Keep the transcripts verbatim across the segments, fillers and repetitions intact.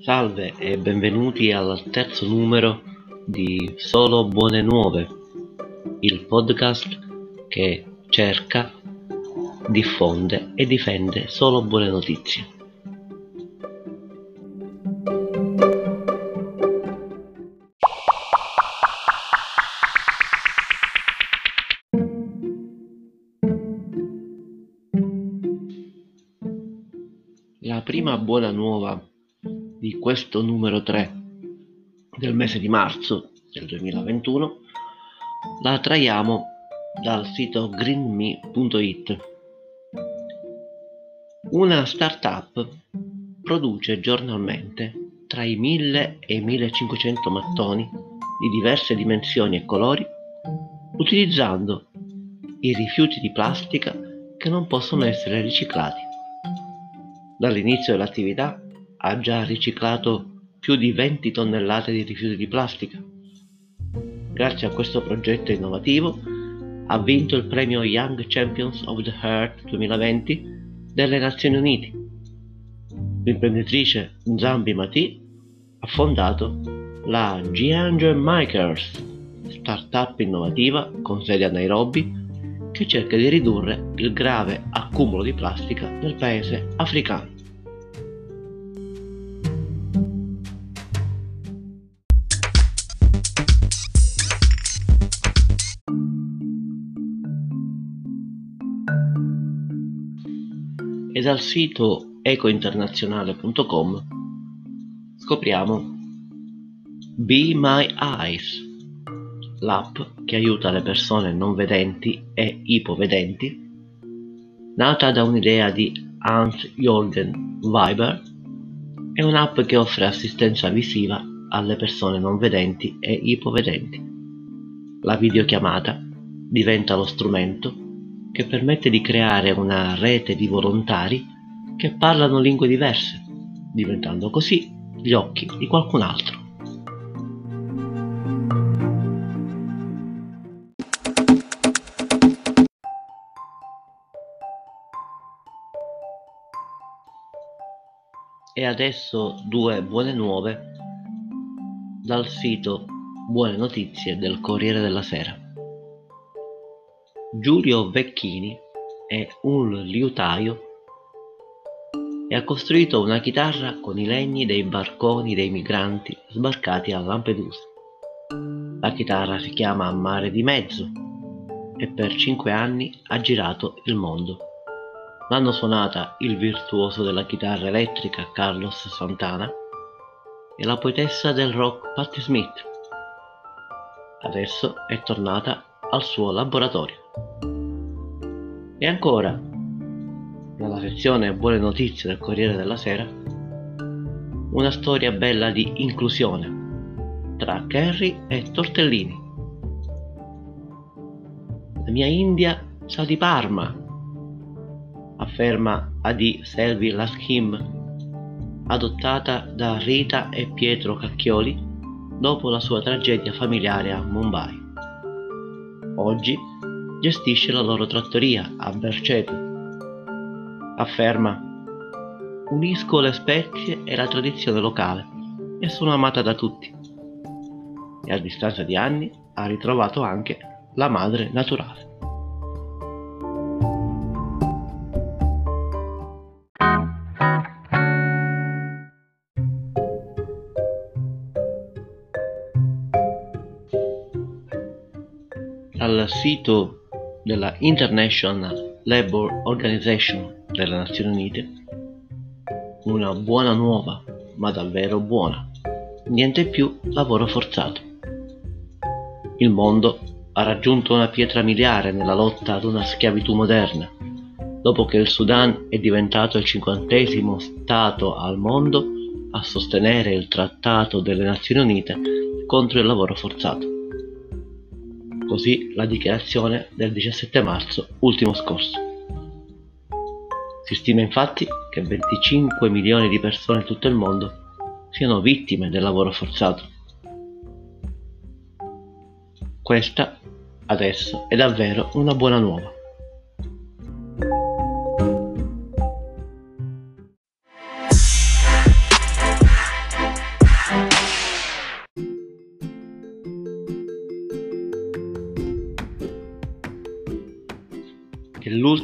Salve e benvenuti al terzo numero di Solo Buone Nuove, il podcast che cerca, diffonde e difende solo buone notizie. La prima buona nuova di questo numero tre del mese di marzo del duemilaventuno la traiamo dal sito greenme punto it. Una startup produce giornalmente tra i mille e i millecinquecento mattoni di diverse dimensioni e colori utilizzando i rifiuti di plastica che non possono essere riciclati. Dall'inizio dell'attività ha già riciclato più di venti tonnellate di rifiuti di plastica. Grazie a questo progetto innovativo ha vinto il premio Young Champions of the Earth duemilaventi delle Nazioni Unite. L'imprenditrice Nzambi Mati ha fondato la Gianger Makers, startup innovativa con sede a Nairobi che cerca di ridurre il grave accumulo di plastica nel paese africano. E dal sito ecointernazionale punto com scopriamo Be My Eyes, l'app che aiuta le persone non vedenti e ipovedenti, nata da un'idea di Hans-Jürgen Weber. È un'app che offre assistenza visiva alle persone non vedenti e ipovedenti. La videochiamata diventa lo strumento che permette di creare una rete di volontari che parlano lingue diverse, diventando così gli occhi di qualcun altro. E adesso due buone nuove dal sito Buone Notizie del Corriere della Sera. Giulio Vecchini è un liutaio e ha costruito una chitarra con i legni dei barconi dei migranti sbarcati a Lampedusa. La chitarra si chiama Mare di Mezzo e per cinque anni ha girato il mondo. L'hanno suonata il virtuoso della chitarra elettrica Carlos Santana e la poetessa del rock Patti Smith. Adesso è tornata al suo laboratorio. E ancora, nella sezione Buone Notizie del Corriere della Sera, una storia bella di inclusione tra curry e tortellini. La mia India sa di Parma, afferma Adi Selvi Laskim, adottata da Rita e Pietro Cacchioli dopo la sua tragedia familiare a Mumbai. Oggi gestisce la loro trattoria a Berceto. Afferma: unisco le spezie e la tradizione locale e sono amata da tutti. E a distanza di anni ha ritrovato anche la madre naturale. Dal sito della International Labour Organization delle Nazioni Unite, una buona nuova, ma davvero buona. Niente più lavoro forzato. Il mondo ha raggiunto una pietra miliare nella lotta ad una schiavitù moderna, dopo che il Sudan è diventato il cinquantesimo Stato al mondo a sostenere il Trattato delle Nazioni Unite contro il lavoro forzato. Così la dichiarazione del diciassette marzo ultimo scorso. Si stima infatti che venticinque milioni di persone in tutto il mondo siano vittime del lavoro forzato. Questa, adesso, è davvero una buona nuova.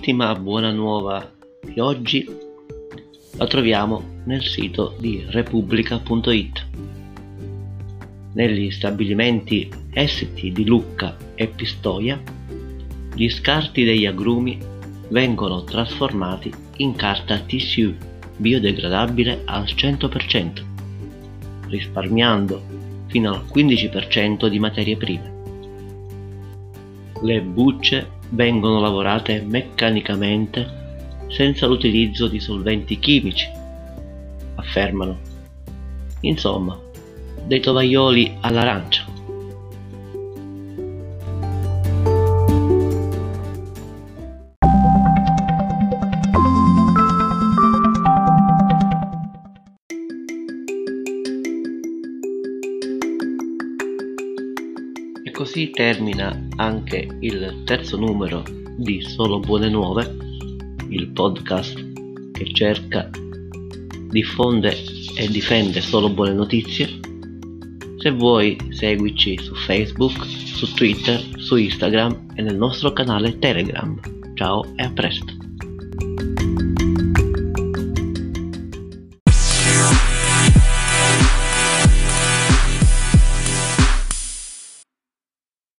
l'ultima buona nuova di oggi la troviamo nel sito di Repubblica punto it. Negli stabilimenti S T di Lucca e Pistoia, gli scarti degli agrumi vengono trasformati in carta tissue biodegradabile al cento per cento, risparmiando fino al quindici per cento di materie prime. Le bucce vengono lavorate meccanicamente senza l'utilizzo di solventi chimici, affermano. Insomma, dei tovaglioli all'arancia. E così termina anche il terzo numero di Solo Buone Nuove, il podcast che cerca, diffonde e difende solo buone notizie. Se vuoi, seguici su Facebook, su Twitter, su Instagram e nel nostro canale Telegram. Ciao e a presto!